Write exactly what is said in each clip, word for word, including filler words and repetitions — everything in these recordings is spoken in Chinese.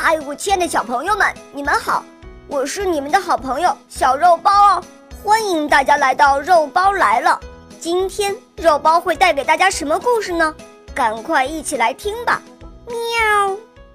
嗨，我亲爱的小朋友们，你们好，我是你们的好朋友小肉包哦，欢迎大家来到肉包来了。今天肉包会带给大家什么故事呢？赶快一起来听吧。喵。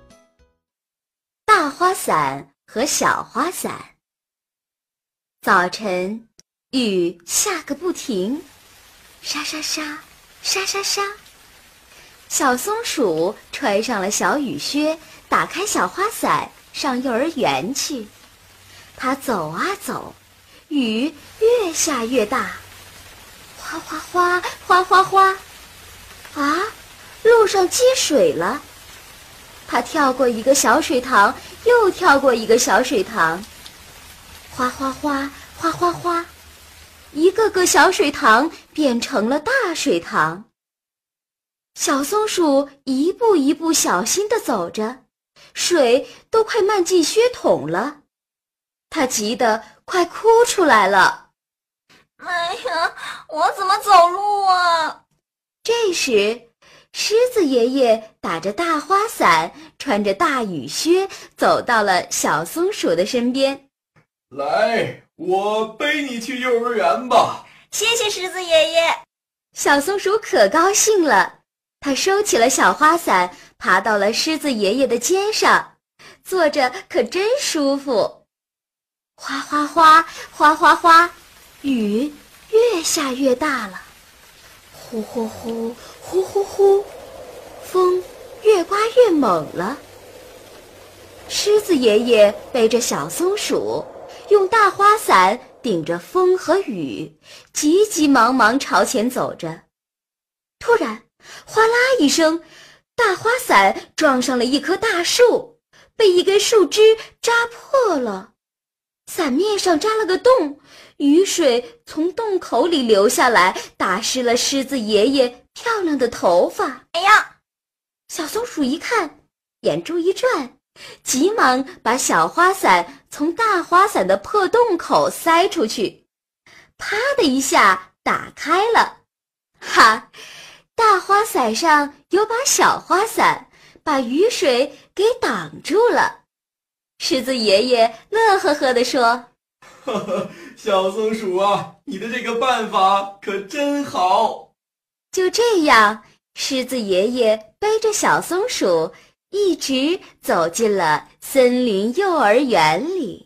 大花伞和小花伞。早晨，雨下个不停，沙沙沙，沙沙沙。小松鼠穿上了小雨靴，打开小花伞，上幼儿园去。它走啊走，雨越下越大，哗哗哗，哗哗哗。啊，路上积水了。它跳过一个小水塘，又跳过一个小水塘，哗哗哗，哗哗哗，一个个小水塘变成了大水塘。小松鼠一步一步小心地走着，水都快漫进靴筒了，它急得快哭出来了。 哎呀，我怎么走路啊？ 这时，狮子爷爷打着大花伞，穿着大雨靴，走到了小松鼠的身边。 来，我背你去幼儿园吧。 谢谢狮子爷爷。 小松鼠可高兴了。他收起了小花伞，爬到了狮子爷爷的肩上，坐着可真舒服。哗哗哗，哗哗哗，雨越下越大了，呼呼呼，呼呼呼，风越刮越猛了。狮子爷爷背着小松鼠，用大花伞顶着风和雨，急急忙忙朝前走着。突然，哗啦一声，大花伞撞上了一棵大树，被一根树枝扎破了，伞面上扎了个洞，雨水从洞口里流下来，打湿了狮子爷爷漂亮的头发。 哎呀！ 小松鼠一看，眼珠一转，急忙把小花伞从大花伞的破洞口塞出去，啪的一下打开了。哈！大花伞上有把小花伞，把雨水给挡住了。狮子爷爷乐呵呵地说： 呵呵，小松鼠啊，你的这个办法可真好。 就这样，狮子爷爷背着小松鼠，一直走进了森林幼儿园里。